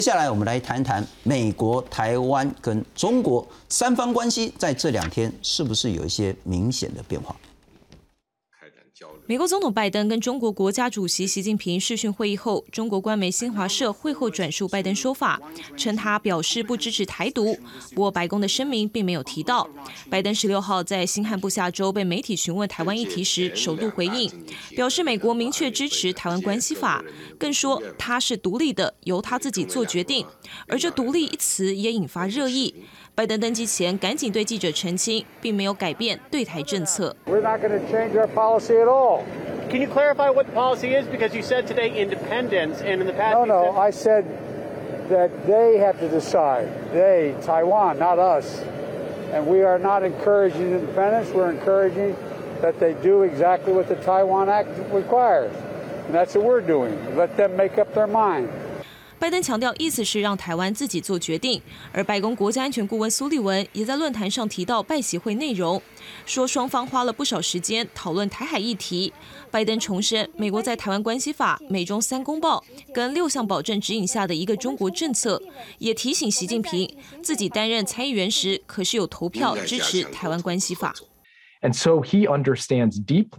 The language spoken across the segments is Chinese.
接下来我们来谈谈美国、台湾跟中国三方关系在这2天是不是有一些明显的变化？ 美国总统拜登跟中国国家主席习近平视讯会议后，中国官媒新华社会后转述拜登说法，称他表示不支持台独。不过白宫的声明并没有提到。拜登16号在新罕布夏州被媒体询问台湾议题时，首度回应，表示美国明确支持台湾关系法，更说他是独立的，由他自己做决定。而这独立一词也引发热议。拜登登基前赶紧对记者澄清，并没有改变对台政策。 We're not going to change our policy at all. Can you clarify what the policy is? Because you said today independence, and in the past No, I said that they have to decide. They, Taiwan, not us. And we are not encouraging independence. We're encouraging that they do exactly what the Taiwan Act requires. And that's what we're doing. Let them make up their mind. 拜登强调，意思是让台湾自己做决定。而白宫国家安全顾问苏利文也在论坛上提到拜习会内容，说双方花了不少时间讨论台海议题。拜登重申，美国在台湾关系法、美中3公报跟6项保证指引下的一个中国政策，也提醒习近平自己担任参议员时，可是有投票支持台湾关系法。 And so he understands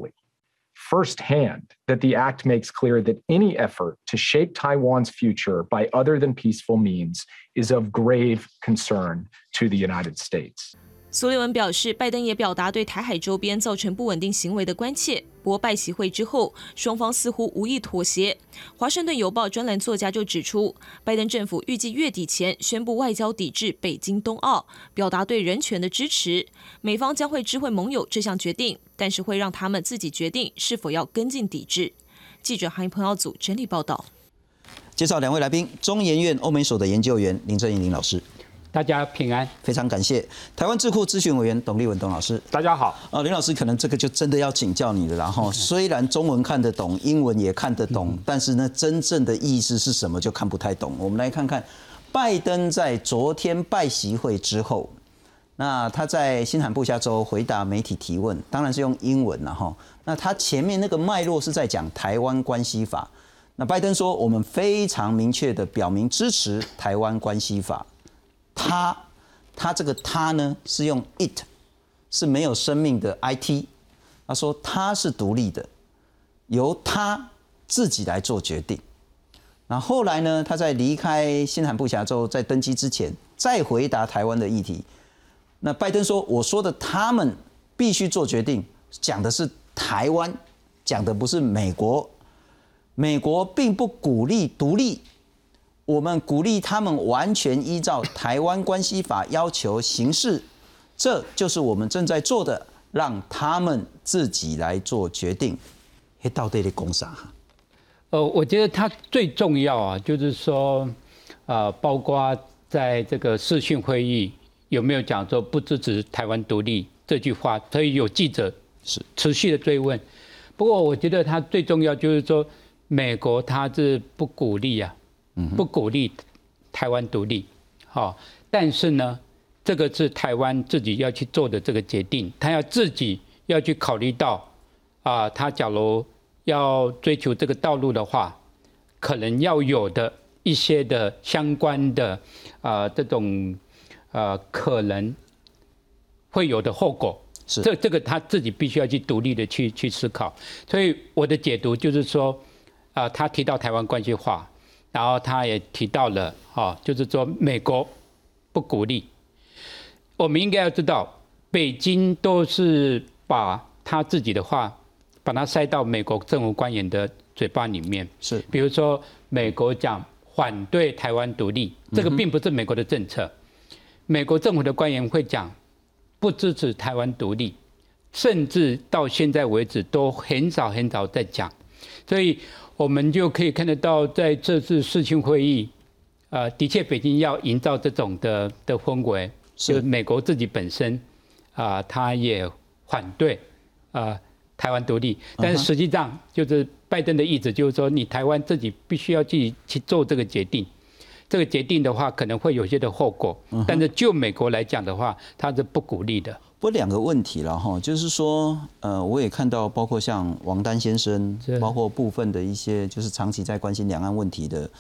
deeply.Firsthand, that the act makes clear that any effort to shape Taiwan's future by other than peaceful means is of grave concern to the United States. 苏利文表示，拜登也表达对台海周边造成不稳定行为的关切。不过拜习会之后，双方似乎无意妥协。华盛顿邮报专栏作家就指出，拜登政府预计月底前宣布外交抵制北京冬奥，表达对人权的支持。美方将会知会盟友这项决定，但是会让他们自己决定是否要跟进抵制。记者韩鹏耀组整理报道。 介绍2位来宾，中研院欧美所的研究员林正英林老师。 大家平安， 非常感谢台湾智库咨询委员董立文董老师。 大家好。 林老师，可能这个就真的要请教你了啦。虽然中文看得懂，英文也看得懂，但是呢，真正的意思是什么就看不太懂。我们来看看，拜登在昨天拜习会之后，那他在新罕布夏州回答媒体提问，当然是用英文啦哈。那他前面那个脉络是在讲台湾关系法。那拜登说，我们非常明确的表明支持台湾关系法。他这个他呢是用 it， 是没有生命的 it。他说他是独立的，由他自己来做决定。然后后来呢，他在离开新罕布夏州，在登基之前，再回答台湾的议题。那拜登说，我说的他们必须做决定，讲的是台湾，讲的不是美国。美国并不鼓励独立。我们鼓励他们完全依照台湾关系法要求行事，这就是我们正在做的，让他们自己来做决定。到底在讲啥？ 我觉得他最重要啊，就是说，包括在这个视讯会议有没有讲说不支持台湾独立这句话，所以有记者是持续的追问。不过我觉得他最重要就是说，美国他是不鼓励啊。不鼓励台湾独立，但是呢，这个是台湾自己要去做的这个决定，他要自己要去考虑到，他假如要追求这个道路的话，可能要有的一些的相关的这种可能会有的后果，这个他自己必须要去独立的去思考。所以我的解读就是说，他提到台湾关系法。然后他也提到了，就是说美国不鼓励。我们应该要知道，北京都是把他自己的话，把它塞到美国政府官员的嘴巴里面。 是， 比如说美国讲反对台湾独立，这个并不是美国的政策。美国政府的官员会讲不支持台湾独立，甚至到现在为止都很少在讲，所以。我们就可以看得到，在这次视讯会议，的确北京要营造这种的氛围，就是美国自己本身，他也反对台湾独立，但是实际上就是拜登的意思就是说，你台湾自己必须要去做这个决定，这个决定的话可能会有些的后果，但是就美国来讲的话，他是不鼓励的。 不过2个问题了哈，就是说，我也看到，包括像王丹先生，包括部分的一些就是长期在关心两岸问题的，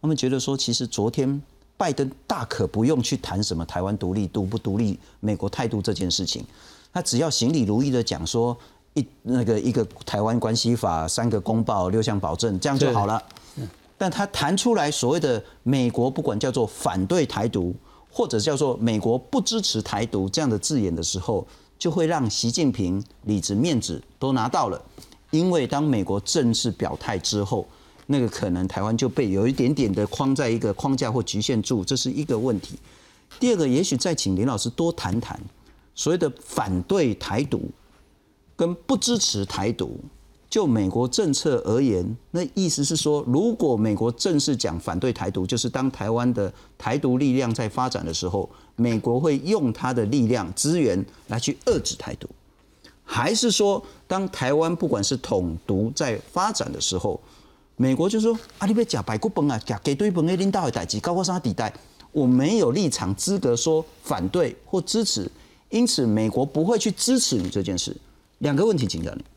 他们觉得说，其实昨天拜登大可不用去谈什么台湾独立、独不独立、美国态度这件事情，他只要行礼如仪的讲说一个台湾关系法、3个公报、6项保证，这样就好了。但他谈出来所谓的美国不管叫做反对台独，或者叫做美国不支持台独这样的字眼的时候，就会让习近平里子面子都拿到了。因为当美国正式表态之后，那个可能台湾就被有一点点的框在一个框架或局限住，这是一个问题。第二个，也许再请林老师多谈谈所谓的反对台独跟不支持台独。就美国政策而言，那意思是说，如果美国正式讲反对台独，就是当台湾的台独力量在发展的时候，美国会用它的力量资源来去遏制台独，还是说，当台湾不管是统独在发展的时候，美国就说啊，你要吃排骨饭啊，吃鸡腿饭的领导的代志，搞我啥地带，我没有立场资格说反对或支持，因此美国不会去支持你这件事。2个问题请教你。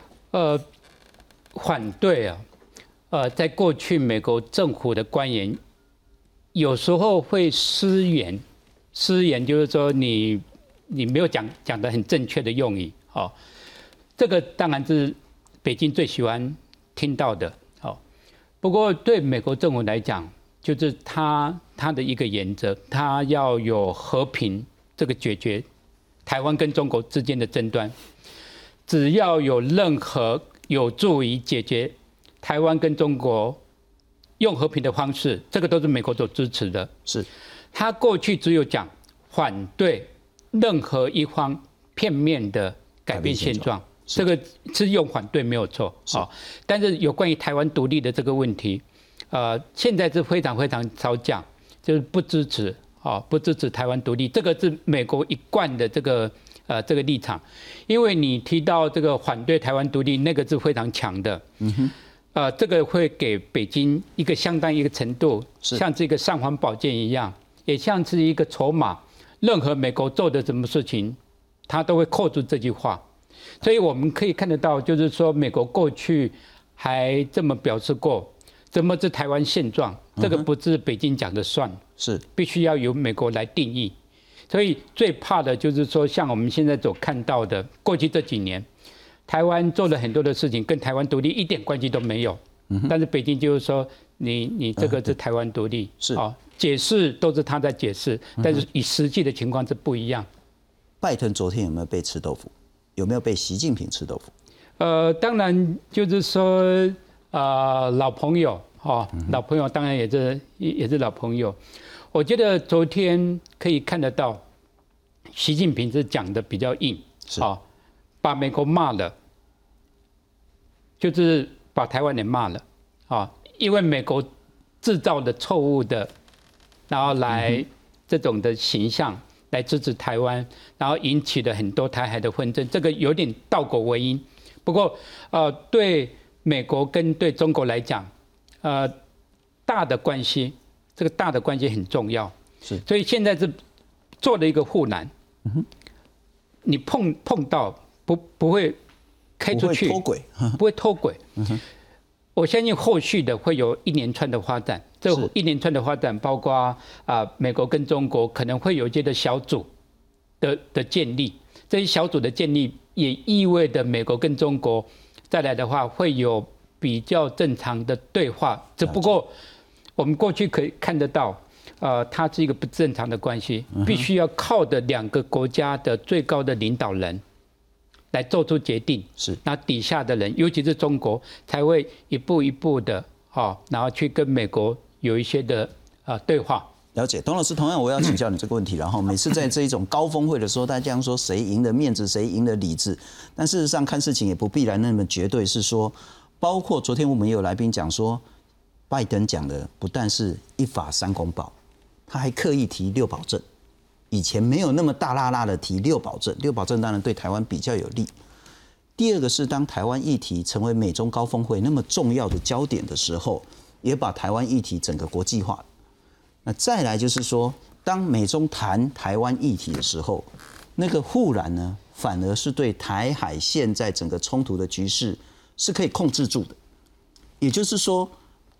反对啊，在过去美国政府的官员有时候会失言就是说你没有讲得很正确的用语，哦，这个当然是北京最喜欢听到的，哦，不过对美国政府来讲，就是他的一个原则，他要有和平这个解决台湾跟中国之间的争端。只要有任何有助于解决台湾跟中国用和平的方式，这个都是美国所支持的。 是，他过去只有讲反对任何一方片面的改变现状，这个是用反对没有错。好，但是有关于台湾独立的这个问题，现在是非常非常少讲，就是不支持，不支持台湾独立，这个是美国一贯的这个立场，因为你提到这个反对台湾独立，那个是非常强的，这个会给北京一个相当一个程度，像这个尚方宝剑一样，也像是一个筹码，任何美国做的什么事情，他都会扣住这句话，所以我们可以看得到，就是说美国过去还这么表示过，什么是台湾现状，这个不是北京讲的算，是必须要由美国来定义。所以最怕的就是说，像我们现在所看到的，过去这几年，台湾做了很多的事情，跟台湾独立一点关系都没有。但是北京就是说，你这个是台湾独立，是解释都是他在解释，但是以实际的情况是不一样。 拜登昨天有没有被吃豆腐？有没有被习近平吃豆腐？ 当然就是说，老朋友老朋友当然也是老朋友。我觉得昨天可以看得到，习近平是讲的比较硬，把美国骂了，就是把台湾也骂了，因为美国制造的错误的，然后来这种的形象来支持台湾，然后引起了很多台海的纷争，这个有点倒果为因。不过，对美国跟对中国来讲，大的关系。这个大的关系很重要，是，所以现在是做了一个护栏，你碰到不会开出去，不会脱轨，我相信后续的会有一连串的发展，这一连串的发展包括美国跟中国可能会有一些的小组的建立，这些小组的建立也意味着美国跟中国再来的话会有比较正常的对话，只不过。我们过去可以看得到，它是一个不正常的关系，必须要靠着2个国家的最高的领导人来做出决定，是，那底下的人，尤其是中国，才会一步一步的，然后去跟美国有一些的对话。 了解，董老师，同样我要请教你这个问题。然后每次在这一种高峰会的时候，大家这样说谁赢了面子，谁赢了理智，但事实上看事情也不必然那么绝对，是说，包括昨天我们也有来宾讲说。拜登讲的不但是1法3公报，他还刻意提6保证，以前没有那么大剌剌的提6保证，6保证当然对台湾比较有利。第二个是当台湾议题成为美中高峰会那么重要的焦点的时候，也把台湾议题整个国际化。那再来就是说，当美中谈台湾议题的时候，那个护栏呢，反而是对台海现在整个冲突的局势是可以控制住的，也就是说。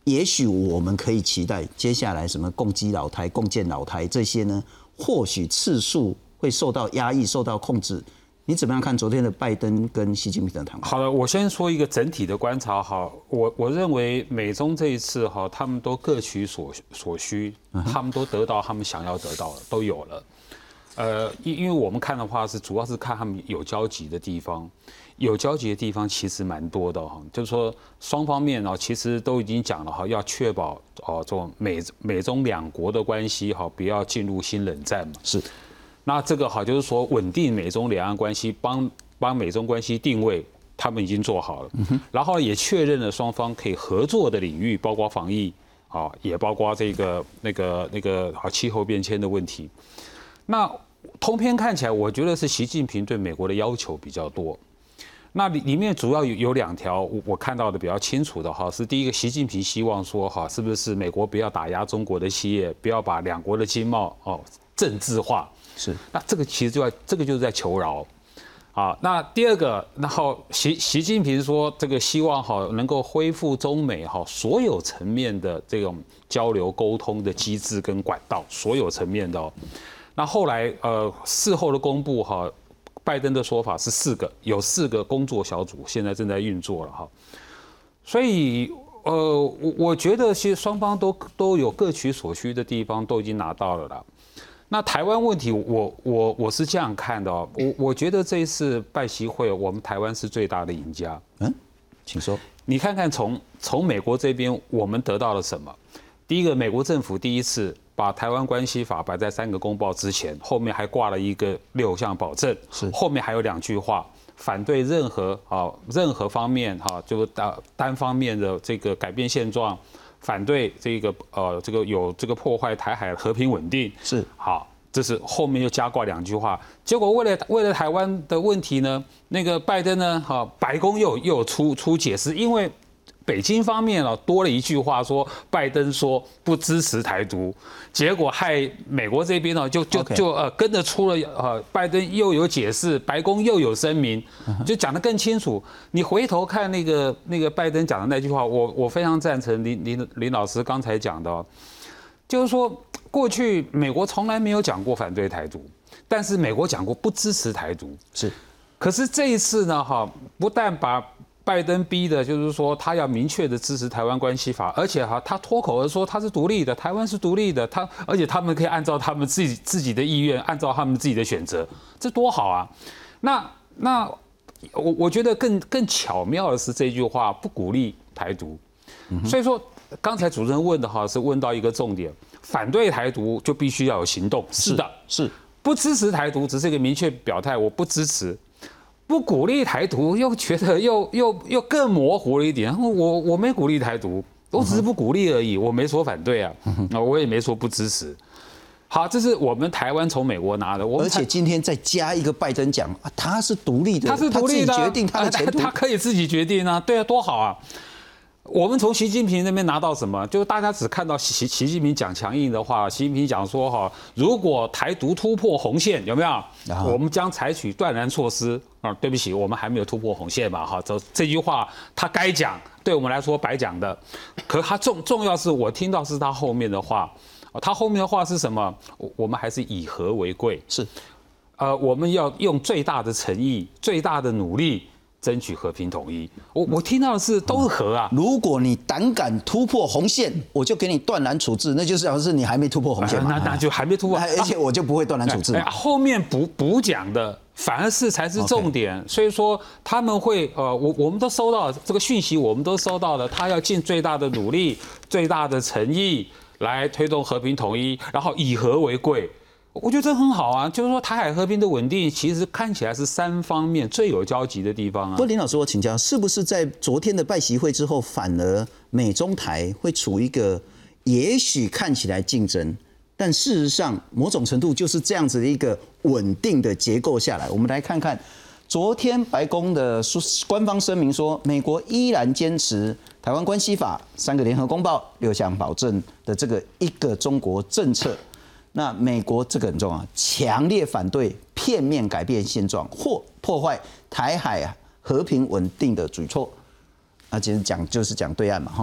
也许我们可以期待接下来什么共机老台、共建老台这些呢，或许次数会受到压抑、受到控制。你怎么样看昨天的拜登跟习近平的谈话？ 好的，我先说一个整体的观察哈，我认为美中这一次哈，他们都各取所需，他们都得到他们想要得到的，都有了。因为我们看的话是主要是看他们有交集的地方，有交集的地方其实蛮多的哈，就是说双方面呢其实都已经讲了哈，要确保这种美中两国的关系哈，不要进入新冷战嘛。 是。 那这个好，就是说稳定美中两岸关系，帮美中关系定位，他们已经做好了。然后也确认了双方可以合作的领域，包括防疫啊，也包括这个那个气候变迁的问题。那通篇看起来，我觉得是习近平对美国的要求比较多。那里面主要有2条，我看到的比较清楚的哈，是第一个，习近平希望说哈，是不是美国不要打压中国的企业，不要把两国的经贸政治化。 是， 那这个其实这个就是在求饶，啊，那第二个，然后习近平说这个希望能够恢复中美所有层面的这种交流沟通的机制跟管道，所有层面的。那后来事后的公布拜登的说法是有4个工作小组现在正在运作了哈，所以我觉得其实双方都有各取所需的地方，都已经拿到了啦。那台湾问题，我是这样看的哦，我觉得这一次拜习会，我们台湾是最大的赢家。 请说。 你看看从美国这边，我们得到了什么？第一个，美国政府第一次把台湾关系法摆在3个公报之前，后面还挂了一个6项保证， 是后面还有2句话，反对任何方面就是单方面的这个改变现状。反对这个有这个破坏台海和平稳定是好，这是后面又加挂2句话。结果为了台湾的问题呢，那个拜登呢，白宫又有出解释，因为北京方面多了一句话说拜登说不支持台独，结果害美国这边就跟着出了拜登又有解释，白宫又有声明，就讲得更清楚。你回头看那个拜登讲的那句话，我非常赞成林老师刚才讲的，就是说过去美国从来没有讲过反对台独，但是美国讲过不支持台独， 是。 可是这一次呢，不但把拜登逼的就是说，他要明确的支持台湾关系法，而且他脱口而说他是独立的，台湾是独立的，而且他们可以按照他们自己的意愿，按照他们自己的选择，这多好啊！那我觉得更巧妙的是这句话不鼓励台独，所以说刚才主持人问的是问到一个重点，反对台独就必须要有行动，是的， 是不支持台独只是一个明确表态，我不支持。不鼓励台独，又觉得又更模糊了一点。我没鼓励台独，我只是不鼓励而已，我没说反对啊，我也没说不支持。好，这是我们台湾从美国拿的， 而且今天再加一个拜登讲，他是独立的， 他是独立的， 他自己决定他的前途， 他可以自己决定啊，对啊，多好啊！我们从习近平那边拿到什么？就是大家只看到习近平讲强硬的话，习近平讲说如果台独突破红线，有没有？我们将采取断然措施。对不起，我们还没有突破红线嘛，这句话他该讲，对我们来说白讲的。可他重要是我听到是他后面的话，他后面的话是什么？我们还是以和为贵， 是， 我们要用最大的诚意、最大的努力。争取和平统一，我听到的是都是和啊。 如果你胆敢突破红线，我就给你断然处置，那就是表示你还没突破红线嘛。 那就还没突破， 而且我就不会断然处置。 后面补讲的反而才是重点，所以说他们会我们都收到这个讯息，我们都收到了，他要尽最大的努力、最大的诚意来推动和平统一，然后以和为贵。我觉得这很好啊，就是说台海和平的稳定，其实看起来是3方面最有交集的地方啊。 不过林老师，我请教，是不是在昨天的拜习会之后，反而美中台会处一个也许看起来竞争，但事实上某种程度就是这样子的一个稳定的结构下来？我们来看看昨天白宫的官方声明说，美国依然坚持台湾关系法、3个联合公报、6项保证的这个一个中国政策。那美国这个很重要，强烈反对片面改变现状或破坏台海和平稳定的举措。那其实就是讲对岸嘛，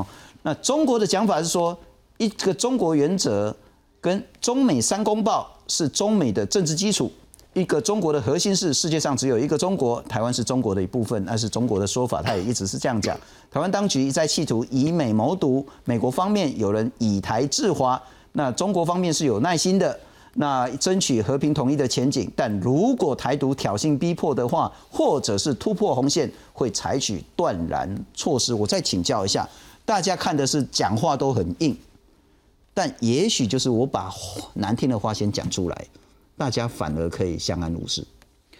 那中国的讲法是说，一个中国原则跟中美三公报是中美的政治基础。一个中国的核心是世界上只有一个中国，台湾是中国的一部分，那是中国的说法，他也一直是这样讲。台湾当局一再企图以美谋独，美国方面有人以台制华，那中国方面是有耐心的，那争取和平统一的前景。但如果台独挑衅逼迫的话，或者是突破红线，会采取断然措施。我再请教一下，大家看的是讲话都很硬，但也许就是我把难听的话先讲出来。大家反而可以相安无事。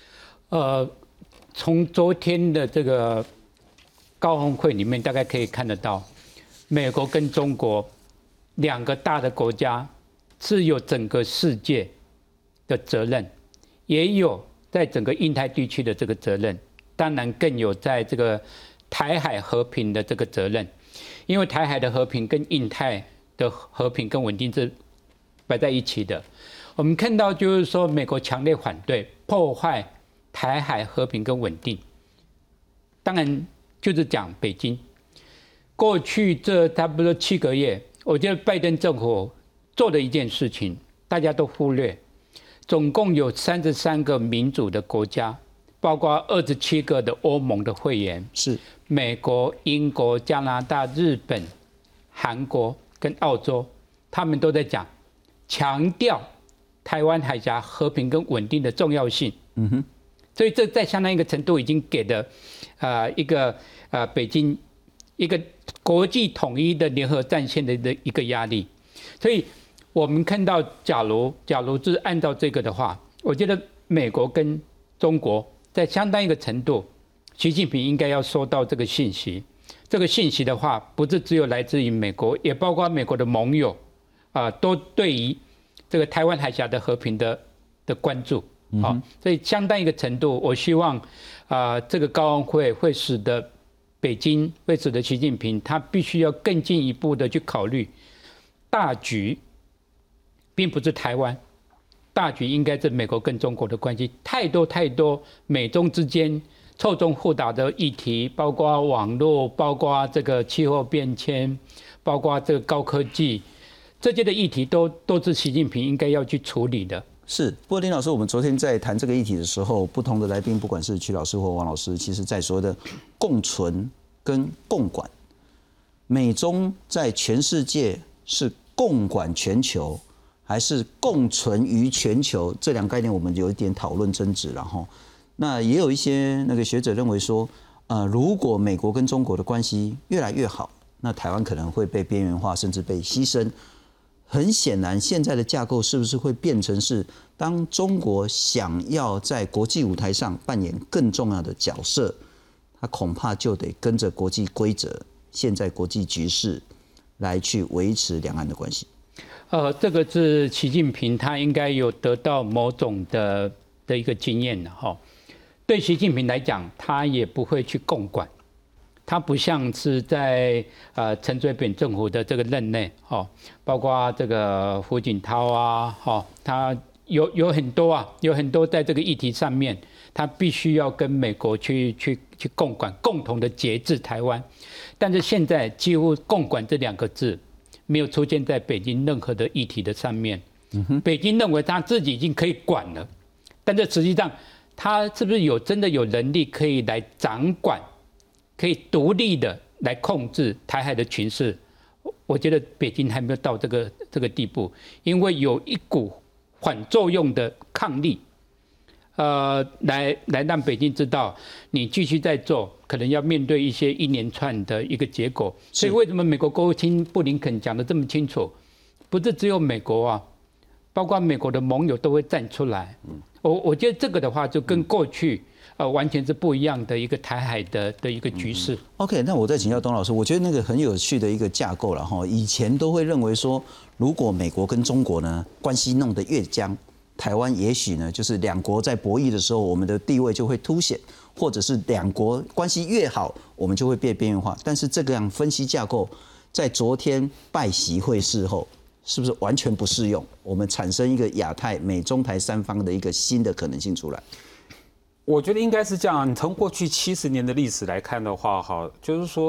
从昨天的这个高峰会里面，大概可以看得到，美国跟中国两个大的国家是有整个世界的责任，也有在整个印太地区的这个责任，当然更有在这个台海和平的这个责任。因为台海的和平跟印太的和平跟稳定是摆在一起的。我们看到就是说，美国强烈反对破坏台海和平跟稳定。当然就是讲北京。过去这差不多7个月，我觉得拜登政府做的一件事情，大家都忽略。总共有33个民主的国家，包括27个的欧盟的会员， 是美国、英国、加拿大、日本、韩国跟澳洲，他们都在讲，强调台湾海峡和平跟稳定的重要性。所以这在相当一个程度已经给了一个北京一个国际统一的联合战线的一个压力。所以我们看到，假如是按照这个的话，我觉得美国跟中国在相当一个程度，习近平应该要收到这个信息。这个信息的话，不是只有来自于美国，也包括美国的盟友都对于这个台湾海峡的和平的关注。所以相当一个程度，我希望这个高峰会会使得北京，会使得习近平他必须要更进一步的去考虑大局，并不是台湾，大局应该是美国跟中国的关系。太多美中之间错综复杂的议题，包括网络，包括这个气候变迁，包括这个高科技，这些的议题都是习近平应该要去处理的。 是，不过林老师，我们昨天在谈这个议题的时候，不同的来宾，不管是曲老师或王老师，其实在所谓的共存跟共管，美中在全世界是共管全球，还是共存于全球？这两个概念我们有一点讨论争执，然后那也有一些那个学者认为说，如果美国跟中国的关系越来越好，那台湾可能会被边缘化，甚至被牺牲。很显然，现在的架构是不是会变成是，当中国想要在国际舞台上扮演更重要的角色，它恐怕就得跟着国际规则、现在国际局势来去维持两岸的关系。 这个是习近平他应该有得到某种的一个经验的哈。对习近平来讲，他也不会去共管。他不像是在陈水扁政府的这个任内，包括这个胡锦涛啊，他有很多在这个议题上面，他必须要跟美国去共管，共同的节制台湾。但是现在几乎共管这2个字没有出现在北京任何的议题的上面。北京认为他自己已经可以管了，但是实际上他是不是真的有能力可以来掌管？可以独立的来控制台海的群势，我觉得北京还没有到这个地步，因为有一股反作用的抗力，来让北京知道，你继续在做，可能要面对一连串的一个结果。所以为什么美国国务卿布林肯讲得这么清楚？不是只有美国啊，包括美国的盟友都会站出来。我觉得这个的话，就跟过去。完全是不一样的一个台海的一个局势。 OK， 那我再请教董老师，我觉得那个很有趣的一个架构了哈。以前都会认为说，如果美国跟中国呢关系弄得越僵，台湾也许呢就是两国在博弈的时候，我们的地位就会凸显，或者是两国关系越好，我们就会被边缘化。但是这个样分析架构，在昨天拜习会事后，是不是完全不适用？我们产生一个亚太、美中台三方的一个新的可能性出来。 我觉得应该是这样。从过去70年的历史来看的话，就是说，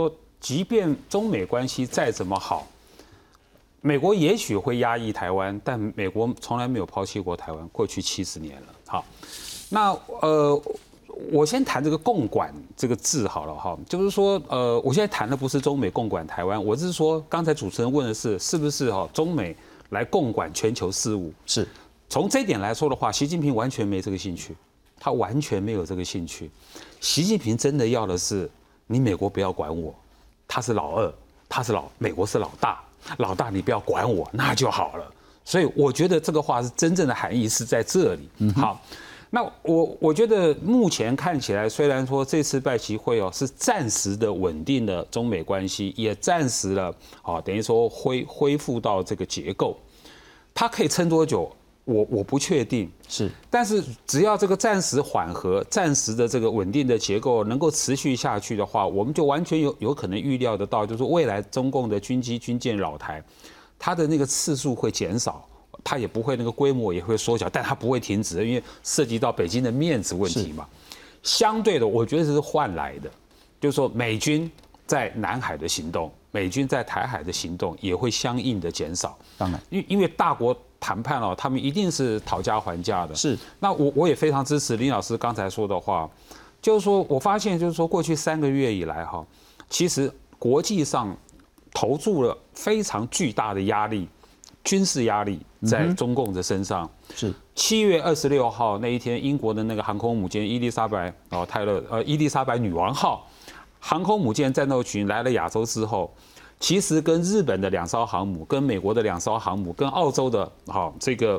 即便中美关系再怎么好，美国也许会压抑台湾，但美国从来没有抛弃过台湾，过去70年了。好，那我先谈这个共管这个字好了哈，就是说我现在谈的不是中美共管台湾，我是说刚才主持人问的是不是中美来共管全球事务？ 是。 从这一点来说的话，习近平完全没这个兴趣，他完全没有这个兴趣。习近平真的要的是你美国不要管我，他是老二，美国是老大，老大你不要管我，那就好了。所以我觉得这个话是真正的含义是在这里。好。那我觉得目前看起来，虽然说这次拜习会是暂时的稳定了中美关系，也暂时了等于说恢复到这个结构，它可以撑多久？我不确定。 是， 但是只要这个暂时缓和、暂时的这个稳定的结构能够持续下去的话，我们就完全有可能预料得到，就是未来中共的军机军舰扰台，它的那个次数会减少。它也不会那个规模也会缩小，但它不会停止，因为涉及到北京的面子问题嘛。相对的，我觉得这是换来的，就是说美军在南海的行动，美军在台海的行动也会相应的减少。 当然， 因为大国谈判他们一定是讨价还价的。 是。 那我也非常支持林老师刚才说的话，就是说我发现就是说过去3个月以来其实国际上投注了非常巨大的压力。军事压力在中共的身上。 是 7月26号那一天，英国的那个航空母舰伊丽莎白女王号航空母舰战斗群来了亚洲之后，其实跟日本的2艘航母、跟美国的2艘航母、跟澳洲的这个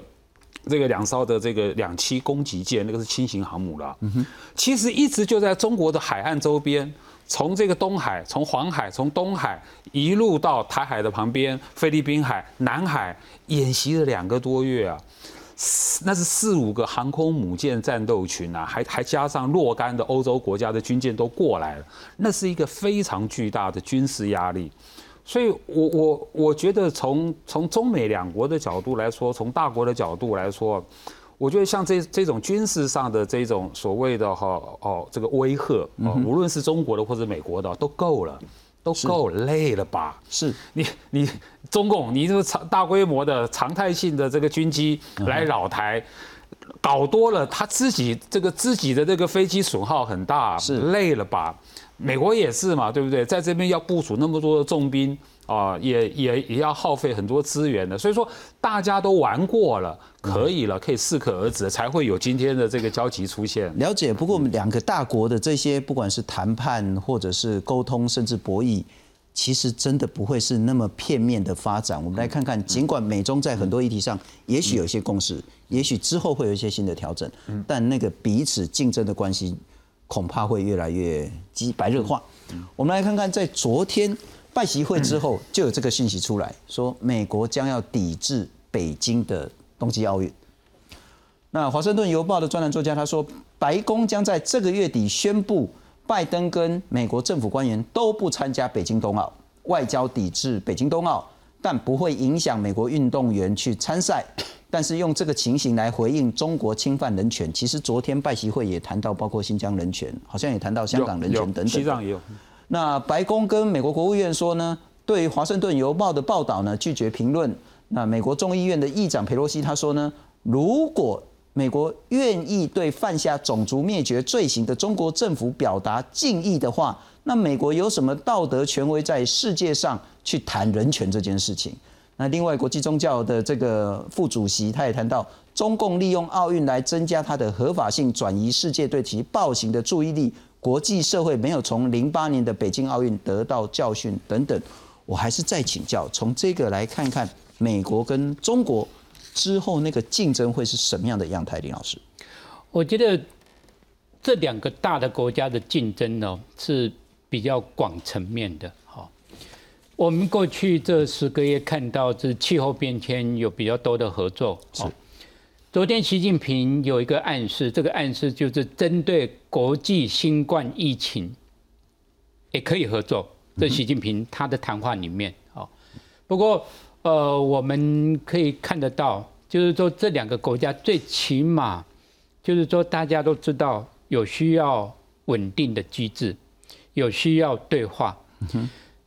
2艘的这个2栖攻击舰，那个是轻型航母了。其实一直就在中国的海岸周边。从这个东海，从黄海，从东海一路到台海的旁边，菲律宾海、南海演习了2个多月啊，那是4、5个航空母舰战斗群啊，还加上若干的欧洲国家的军舰都过来了，那是一个非常巨大的军事压力。所以我觉得从中美2国的角度来说，从大国的角度来说。我觉得像这种军事上的这种所谓的这个威吓，无论是中国的或者美国的，都够了，累了吧？ 是你中共，你这个大规模的常态性的这个军机来扰台，搞多了，他自己的这个飞机损耗很大，是累了吧？美国也是嘛，对不对？在这边要部署那么多的重兵。也要耗费很多资源的，所以说大家都玩过了，可以了，可以适可而止，才会有今天的这个交集出现。 了解，不过我们2个大国的这些，不管是谈判或者是沟通，甚至博弈，其实真的不会是那么片面的发展。我们来看看，尽管美中在很多议题上也许有一些共识，也许之后会有一些新的调整，但那个彼此竞争的关系恐怕会越来越白热化。我们来看看，在昨天。拜习会之后，就有这个讯息出来，说美国将要抵制北京的冬季奥运。那《华盛顿邮报》的专栏作家他说，白宫将在这个月底宣布，拜登跟美国政府官员都不参加北京冬奥，外交抵制北京冬奥，但不会影响美国运动员去参赛。但是用这个情形来回应中国侵犯人权。其实昨天拜习会也谈到，包括新疆人权，好像也谈到香港人权等等。 西藏也有。 那白宫跟美国国务院说呢，对于《华盛顿邮报》的报道呢，拒绝评论。那美国众议院的议长佩洛西他说呢，如果美国愿意对犯下种族灭绝罪行的中国政府表达敬意的话，那美国有什么道德权威在世界上去谈人权这件事情？那另外，国际宗教的这个副主席他也谈到，中共利用奥运来增加它的合法性，转移世界对其暴行的注意力。国际社会没有从08年的北京奥运得到教训等等，我还是再请教，从这个来看看美国跟中国之后那个竞争会是什么样的样态？林老师， 我觉得这2个大的国家的竞争呢是比较广层面的。我们过去这10个月看到，这气候变迁有比较多的合作。昨天习近平有一个暗示，这个暗示就是针对国际新冠疫情也可以合作。这习近平他的谈话里面，不过我们可以看得到，就是说这2个国家最起码就是说大家都知道有需要稳定的机制，有需要对话。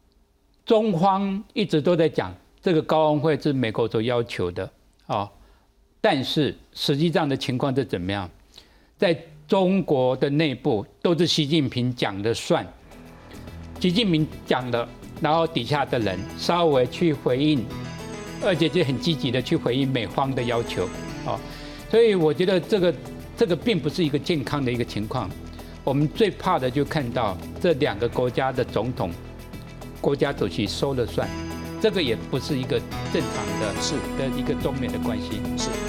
中方一直都在讲这个高峰会是美国所要求的啊，但是实际上的情况是怎么样？在中国的内部都是习近平讲的算，习近平讲的，然后底下的人稍微去回应，而且就很积极的去回应美方的要求啊，所以我觉得这个并不是一个健康的一个情况。我们最怕的就看到这2个国家的总统、国家主席说了算，这个也不是一个正常的一个中美的关系。 是。